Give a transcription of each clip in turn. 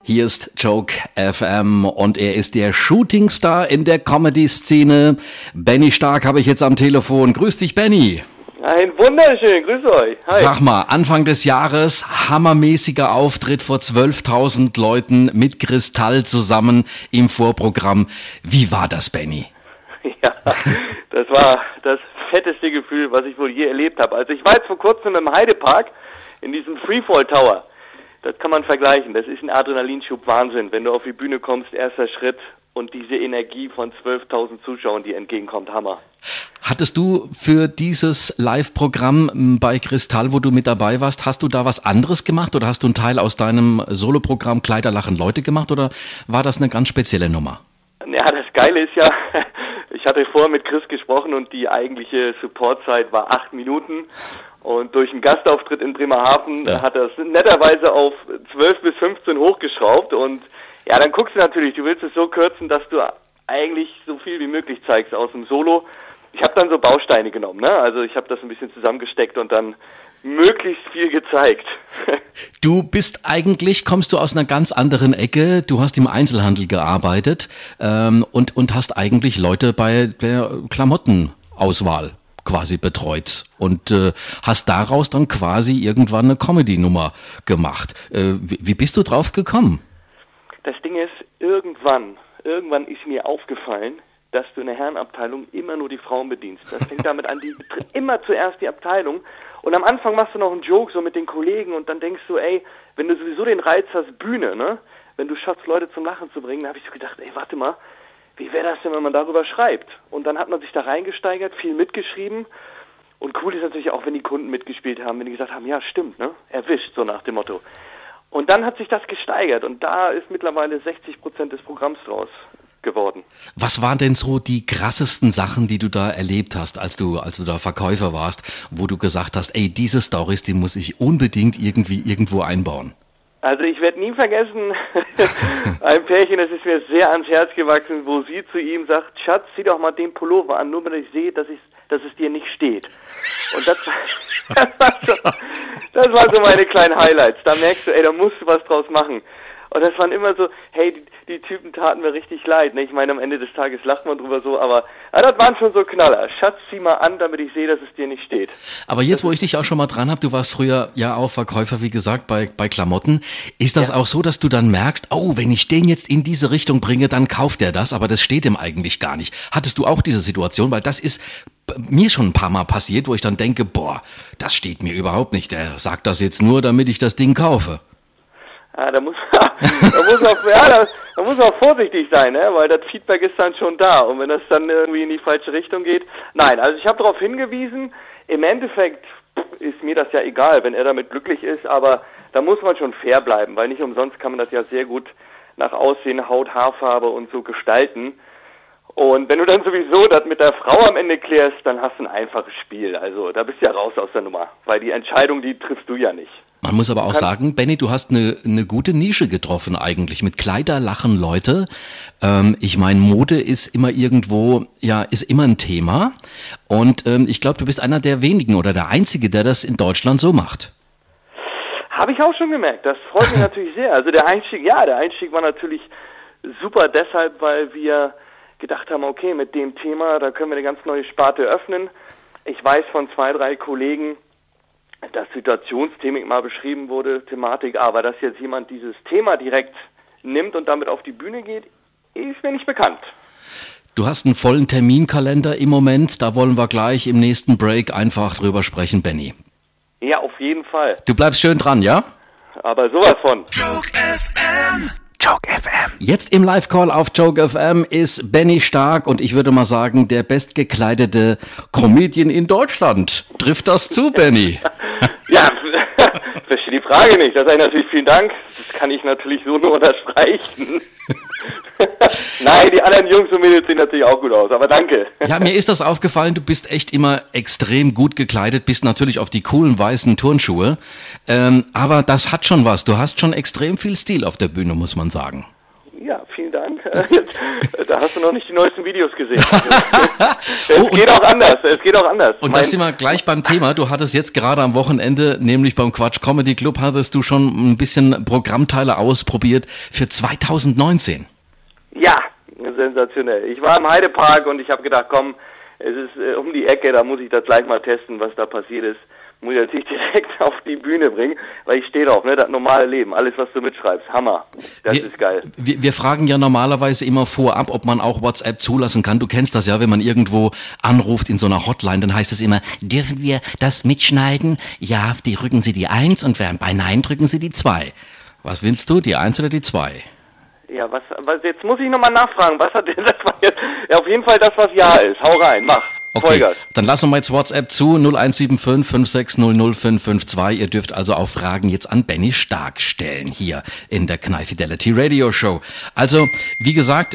Hier ist Joke FM und er ist der Shootingstar in der Comedy-Szene. Benny Stark habe ich jetzt am Telefon. Grüß dich, Benny. Ein wunderschön, grüß euch. Hi. Sag mal, Anfang des Jahres, hammermäßiger Auftritt vor 12.000 Leuten mit Kristall zusammen im Vorprogramm. Wie war das, Benny? Ja, das war das fetteste Gefühl, was ich wohl je erlebt habe. Also ich war jetzt vor kurzem im Heidepark in diesem Freefall Tower. Das kann man vergleichen. Das ist ein Adrenalinschub Wahnsinn, wenn du auf die Bühne kommst, erster Schritt und diese Energie von 12.000 Zuschauern, die entgegenkommt, Hammer. Hattest du für dieses Live-Programm bei Kristall, wo du mit dabei warst, hast du da was anderes gemacht oder hast du einen Teil aus deinem Soloprogramm Kleider lachen Leute gemacht oder war das eine ganz spezielle Nummer? Ja, das Geile ist ja, ich hatte vorher mit Chris gesprochen und die eigentliche Supportzeit war 8 Minuten. Und durch einen Gastauftritt in Bremerhaven hat er es netterweise auf 12 bis 15 hochgeschraubt. Und ja, dann guckst du natürlich, du willst es so kürzen, dass du eigentlich so viel wie möglich zeigst aus dem Solo. Ich habe dann so Bausteine genommen, ne? Also ich habe das ein bisschen zusammengesteckt und dann möglichst viel gezeigt. Du bist eigentlich, kommst du aus einer ganz anderen Ecke. Du hast im Einzelhandel gearbeitet und hast eigentlich Leute bei der Klamottenauswahl quasi betreut und hast daraus dann quasi irgendwann eine Comedy-Nummer gemacht. Wie bist du drauf gekommen? Das Ding ist, irgendwann ist mir aufgefallen, dass du in der Herrenabteilung immer nur die Frauen bedienst. Das fängt damit an, die betritt immer zuerst die Abteilung und am Anfang machst du noch einen Joke so mit den Kollegen und dann denkst du, ey, wenn du sowieso den Reiz hast, Bühne, ne? Wenn du schaffst, Leute zum Lachen zu bringen, dann habe ich so gedacht, ey, warte mal, wie wäre das denn, wenn man darüber schreibt? Und dann hat man sich da reingesteigert, viel mitgeschrieben. Und cool ist natürlich auch, wenn die Kunden mitgespielt haben, wenn die gesagt haben, ja, stimmt, ne? Erwischt, so nach dem Motto. Und dann hat sich das gesteigert und da ist mittlerweile 60% des Programms draus geworden. Was waren denn so die krassesten Sachen, die du da erlebt hast, als du da Verkäufer warst, wo du gesagt hast, ey, diese Storys, die muss ich unbedingt irgendwo einbauen? Also ich werde nie vergessen, ein Pärchen, das ist mir sehr ans Herz gewachsen, wo sie zu ihm sagt, Schatz, zieh doch mal den Pullover an, nur wenn ich sehe, dass es dir nicht steht. Und das war so meine kleinen Highlights. Da merkst du, ey, da musst du was draus machen. Und das waren immer so, hey, die Typen taten mir richtig leid. Ne? Ich meine, am Ende des Tages lacht man drüber so, aber ja, das waren schon so Knaller. Schatz, zieh mal an, damit ich sehe, dass es dir nicht steht. Aber jetzt, wo ich dich auch schon mal dran habe, du warst früher ja auch Verkäufer, wie gesagt, bei Klamotten. Ist das auch so, dass du dann merkst, oh, wenn ich den jetzt in diese Richtung bringe, dann kauft er das, aber das steht ihm eigentlich gar nicht. Hattest du auch diese Situation? Weil das ist mir schon ein paar Mal passiert, wo ich dann denke, boah, das steht mir überhaupt nicht. Der sagt das jetzt nur, damit ich das Ding kaufe. Ja, da muss man auch vorsichtig sein, ne? Weil das Feedback ist dann schon da. Und wenn das dann irgendwie in die falsche Richtung geht. Nein, also ich habe darauf hingewiesen, im Endeffekt ist mir das ja egal, wenn er damit glücklich ist, aber da muss man schon fair bleiben, weil nicht umsonst kann man das ja sehr gut nach Aussehen, Haut, Haarfarbe und so gestalten. Und wenn du dann sowieso das mit der Frau am Ende klärst, dann hast du ein einfaches Spiel. Also da bist du ja raus aus der Nummer, weil die Entscheidung, die triffst du ja nicht. Man muss aber auch sagen, Benny, du hast eine gute Nische getroffen eigentlich. Mit Kleider lachen Leute. Ich meine, Mode ist immer irgendwo, ja, ist immer ein Thema. Und ich glaube, du bist einer der wenigen oder der Einzige, der das in Deutschland so macht. Habe ich auch schon gemerkt. Das freut mich natürlich sehr. Also der Einstieg war natürlich super deshalb, weil wir gedacht haben, okay, mit dem Thema, da können wir eine ganz neue Sparte öffnen. Ich weiß von 2, 3 Kollegen, dass Situationsthemik mal beschrieben wurde, Thematik, aber dass jetzt jemand dieses Thema direkt nimmt und damit auf die Bühne geht, ist mir nicht bekannt. Du hast einen vollen Terminkalender im Moment, da wollen wir gleich im nächsten Break einfach drüber sprechen, Benny. Ja, auf jeden Fall. Du bleibst schön dran, ja? Aber sowas von. Joke FM. Joke FM. Jetzt im Live-Call auf Joke FM ist Benny Stark und ich würde mal sagen, der bestgekleidete Comedian in Deutschland. Trifft das zu, Benny? Ja, ich verstehe die Frage nicht. Da sage ich natürlich vielen Dank. Das kann ich natürlich so nur unterstreichen. Nein, die anderen Jungs und Mädels sehen natürlich auch gut aus, aber danke. Ja, mir ist das aufgefallen, du bist echt immer extrem gut gekleidet, bist natürlich auf die coolen weißen Turnschuhe, aber das hat schon was. Du hast schon extrem viel Stil auf der Bühne, muss man sagen. Ja, vielen Dank. sagen? Da hast du noch nicht die neuesten Videos gesehen. Es geht auch anders. Und das sind wir gleich beim Thema. Du hattest jetzt gerade am Wochenende, nämlich beim Quatsch Comedy Club, hattest du schon ein bisschen Programmteile ausprobiert für 2019. Ja, sensationell. Ich war im Heidepark und ich habe gedacht, komm, es ist um die Ecke, da muss ich das gleich mal testen, was da passiert ist. Muss ich natürlich direkt auf die Bühne bringen, weil ich stehe drauf, ne, das normale Leben, alles was du mitschreibst, Hammer, das ist geil. Wir fragen ja normalerweise immer vorab, ob man auch WhatsApp zulassen kann. Du kennst das ja, wenn man irgendwo anruft in so einer Hotline, dann heißt es immer, dürfen wir das mitschneiden? Ja, drücken Sie die 1 und bei Nein drücken Sie die 2. Was willst du, die 1 oder die 2? Ja, was jetzt muss ich nochmal nachfragen, was hat denn das war jetzt? Ja, auf jeden Fall das, was Ja ist. Hau rein, mach. Okay, Vollgas. Dann lassen wir mal jetzt WhatsApp zu, 0175 5600 552. Ihr dürft also auch Fragen jetzt an Benny Stark stellen, hier in der Knall Fidelity Radio Show. Also, wie gesagt,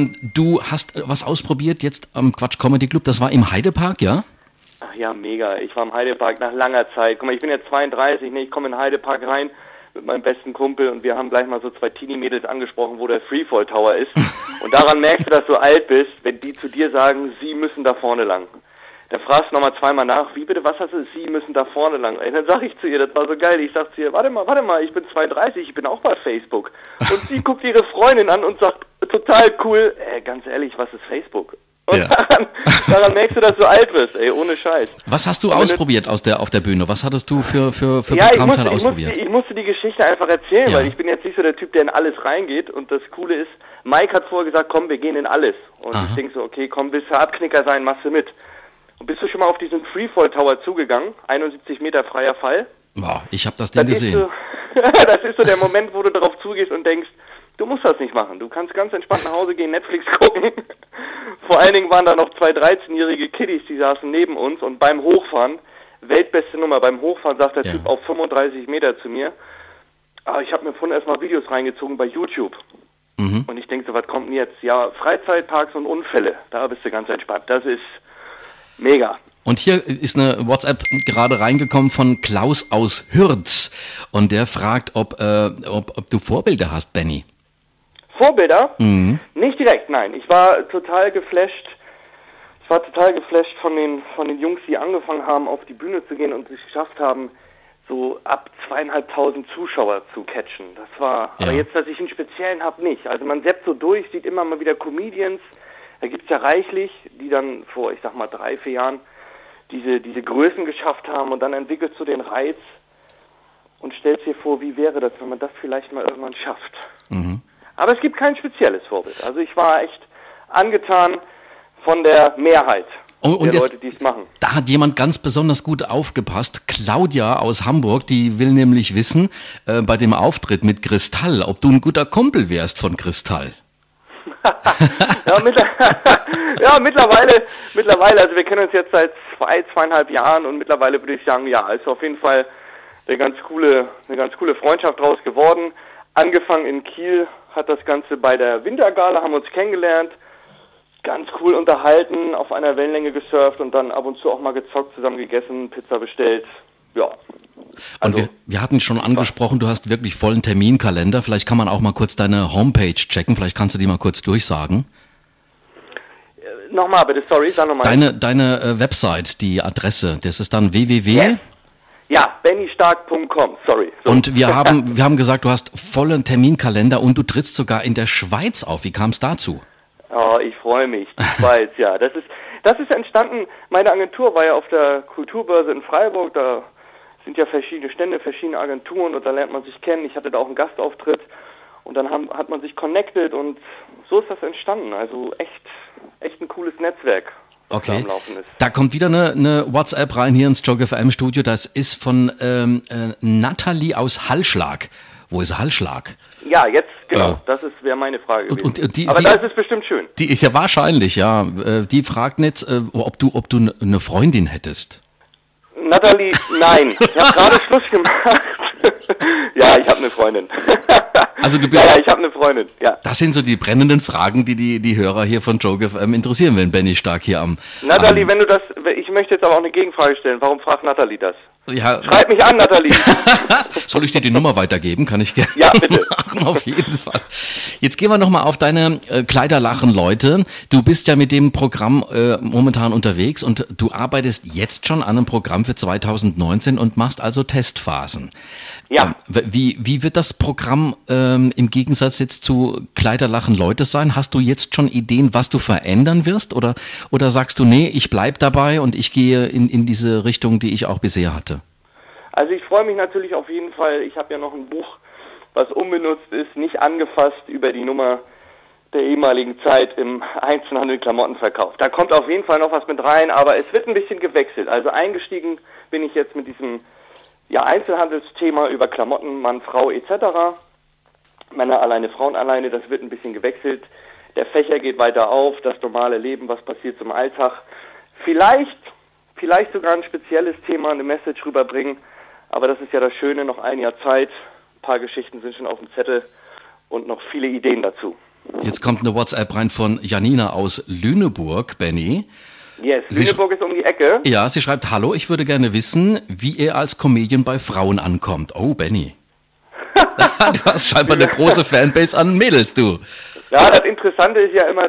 du hast was ausprobiert jetzt am Quatsch Comedy Club, das war im Heidepark, ja? Ach ja, mega. Ich war im Heidepark nach langer Zeit. Guck mal, ich bin jetzt 32, ne? Ich komme in den Heidepark rein mit meinem besten Kumpel und wir haben gleich mal so 2 Teenie-Mädels angesprochen, wo der Freefall Tower ist. Und daran merkst du, dass du alt bist, wenn die zu dir sagen, sie müssen da vorne lang. Da fragst du nochmal zweimal nach, wie bitte, was hast du, sie müssen da vorne lang. Ey, dann sag ich zu ihr, das war so geil, ich sag zu ihr, warte mal, ich bin 32, ich bin auch bei Facebook. Und sie guckt ihre Freundin an und sagt, total cool, ganz ehrlich, was ist Facebook? Und ja. daran merkst du, dass du alt wirst, ey, ohne Scheiß. Was hast du ausprobiert auf der Bühne? Was hattest du für Programmteile ausprobiert? Ich musste die Geschichte einfach erzählen, weil ich bin jetzt nicht so der Typ, der in alles reingeht. Und das Coole ist, Mike hat vorher gesagt, komm, wir gehen in alles. Und ich denke so, okay, komm, willst du Abknicker sein, machst du mit. Und bist du schon mal auf diesen Freefall Tower zugegangen? 71 Meter freier Fall. Boah, ich habe das Ding gesehen. Das ist so der Moment, wo du darauf zugehst und denkst, du musst das nicht machen. Du kannst ganz entspannt nach Hause gehen, Netflix gucken. Vor allen Dingen waren da noch 2 13-jährige Kiddies, die saßen neben uns und beim Hochfahren, weltbeste Nummer, beim Hochfahren sagt der Typ auf 35 Meter zu mir, ich habe mir vorhin erstmal Videos reingezogen bei YouTube. Und ich denke so, was kommt denn jetzt? Ja, Freizeitparks und Unfälle, da bist du ganz entspannt. Das ist mega. Und hier ist eine WhatsApp gerade reingekommen von Klaus aus Hürth und der fragt, ob du Vorbilder hast, Benny. Vorbilder? Nicht direkt, nein. Ich war total geflasht. Von den Jungs, die angefangen haben, auf die Bühne zu gehen und es geschafft haben, so ab 2.500 Zuschauer zu catchen. Das war, aber jetzt, dass ich einen speziellen habe, nicht. Also man zappt so durch, sieht immer mal wieder Comedians, da gibt's ja reichlich, die dann vor, ich sag mal, 3-4 Jahren diese Größen geschafft haben und dann entwickelst du den Reiz und stellst dir vor, wie wäre das, wenn man das vielleicht mal irgendwann schafft. Aber es gibt kein spezielles Vorbild. Also ich war echt angetan von der Mehrheit der Leute, die es machen. Da hat jemand ganz besonders gut aufgepasst. Claudia aus Hamburg, die will nämlich wissen, bei dem Auftritt mit Kristall, ob du ein guter Kumpel wärst von Kristall. Mittlerweile, also wir kennen uns jetzt seit 2,5 Jahren und mittlerweile würde ich sagen, ja, ist auf jeden Fall eine ganz coole Freundschaft draus geworden. Angefangen in Kiel hat das Ganze bei der Wintergala, haben uns kennengelernt, ganz cool unterhalten, auf einer Wellenlänge gesurft und dann ab und zu auch mal gezockt, zusammen gegessen, Pizza bestellt, ja. Also, und wir hatten schon angesprochen, du hast wirklich vollen Terminkalender. Vielleicht kann man auch mal kurz deine Homepage checken. Vielleicht kannst du die mal kurz durchsagen. Nochmal bitte, sorry, sag nochmal. Deine Website, die Adresse, das ist dann www. Ja, bennystark.com, sorry. So. Und wir haben gesagt, du hast vollen Terminkalender und du trittst sogar in der Schweiz auf. Wie kam es dazu? Oh, ich freue mich, die Schweiz, ja. Das ist entstanden, meine Agentur war ja auf der Kulturbörse in Freiburg, da sind ja verschiedene Stände, verschiedene Agenturen und da lernt man sich kennen. Ich hatte da auch einen Gastauftritt und dann hat man sich connected und so ist das entstanden. Also echt ein cooles Netzwerk, was da am Laufen ist. Da kommt wieder eine WhatsApp rein hier ins Joke FM Studio. Das ist von Nathalie aus Hallschlag. Wo ist Hallschlag? Ja, jetzt, genau, das wäre meine Frage gewesen. Aber da ist es bestimmt schön. Die ist ja wahrscheinlich, ja. Die fragt nicht, ob du eine Freundin hättest. Nathalie, nein. Ich habe gerade Schluss gemacht. Ja, ich habe eine Freundin. Also du bist, ja, ich habe eine Freundin, ja. Das sind so die brennenden Fragen, die Hörer hier von Joke FM interessieren, wenn Benny Stark hier Nathalie, wenn du das, ich möchte jetzt aber auch eine Gegenfrage stellen. Warum fragt Nathalie das? Ja. Schreib mich an, Nathalie. Soll ich dir die Nummer weitergeben? Kann ich gerne Ja, bitte. machen, auf jeden Fall. Jetzt gehen wir nochmal auf deine Kleiderlachen, Leute. Du bist ja mit dem Programm momentan unterwegs und du arbeitest jetzt schon an einem Programm für 2019 und machst also Testphasen. Ja. Wie wird das Programm im Gegensatz jetzt zu Kleiderlachen, Leute sein? Hast du jetzt schon Ideen, was du verändern wirst? Oder sagst du, nee, ich bleib dabei und ich gehe in diese Richtung, die ich auch bisher hatte? Also ich freue mich natürlich auf jeden Fall. Ich habe ja noch ein Buch, was unbenutzt ist, nicht angefasst, über die Nummer der ehemaligen Zeit im Einzelhandel Klamottenverkauf. Da kommt auf jeden Fall noch was mit rein, aber es wird ein bisschen gewechselt. Also eingestiegen bin ich jetzt mit diesem Einzelhandelsthema über Klamotten, Mann, Frau etc. Männer alleine, Frauen alleine, das wird ein bisschen gewechselt. Der Fächer geht weiter auf, das normale Leben, was passiert zum Alltag. Vielleicht sogar ein spezielles Thema, eine Message rüberbringen. Aber das ist ja das Schöne, noch ein Jahr Zeit, ein paar Geschichten sind schon auf dem Zettel und noch viele Ideen dazu. Jetzt kommt eine WhatsApp rein von Janina aus Lüneburg, Benny. Yes, Lüneburg ist um die Ecke. Ja, sie schreibt, hallo, ich würde gerne wissen, wie er als Comedian bei Frauen ankommt. Oh, Benny. Du hast scheinbar eine große Fanbase an Mädels, du. Ja, das Interessante ist ja immer,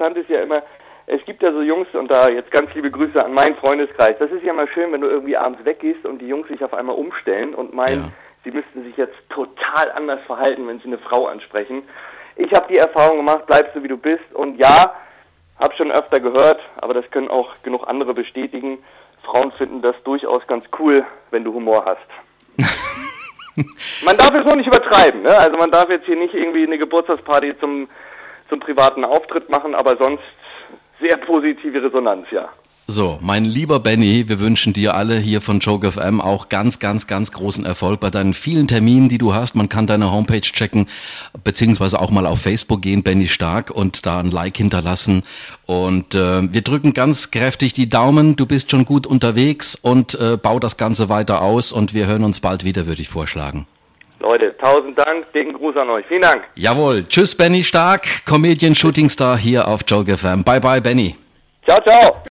es gibt ja so Jungs, und da jetzt ganz liebe Grüße an meinen Freundeskreis. Das ist ja mal schön, wenn du irgendwie abends weggehst und die Jungs sich auf einmal umstellen und meinen, sie müssten sich jetzt total anders verhalten, wenn sie eine Frau ansprechen. Ich habe die Erfahrung gemacht, bleibst du wie du bist. Und ja, habe schon öfter gehört, aber das können auch genug andere bestätigen. Frauen finden das durchaus ganz cool, wenn du Humor hast. Man darf es nur nicht übertreiben, ne? Also man darf jetzt hier nicht irgendwie eine Geburtstagsparty zum privaten Auftritt machen, aber sonst sehr positive Resonanz, ja. So, mein lieber Benny, wir wünschen dir alle hier von Joke FM auch ganz, ganz, ganz großen Erfolg bei deinen vielen Terminen, die du hast. Man kann deine Homepage checken, beziehungsweise auch mal auf Facebook gehen, Benny Stark, und da ein Like hinterlassen. Und wir drücken ganz kräftig die Daumen. Du bist schon gut unterwegs und bau das Ganze weiter aus. Und wir hören uns bald wieder, würde ich vorschlagen. Leute, 1000 Dank, dicken Gruß an euch. Vielen Dank. Jawohl. Tschüss, Benny Stark, Comedian, Shootingstar hier auf Joke FM. Bye, bye, Benny. Ciao, ciao.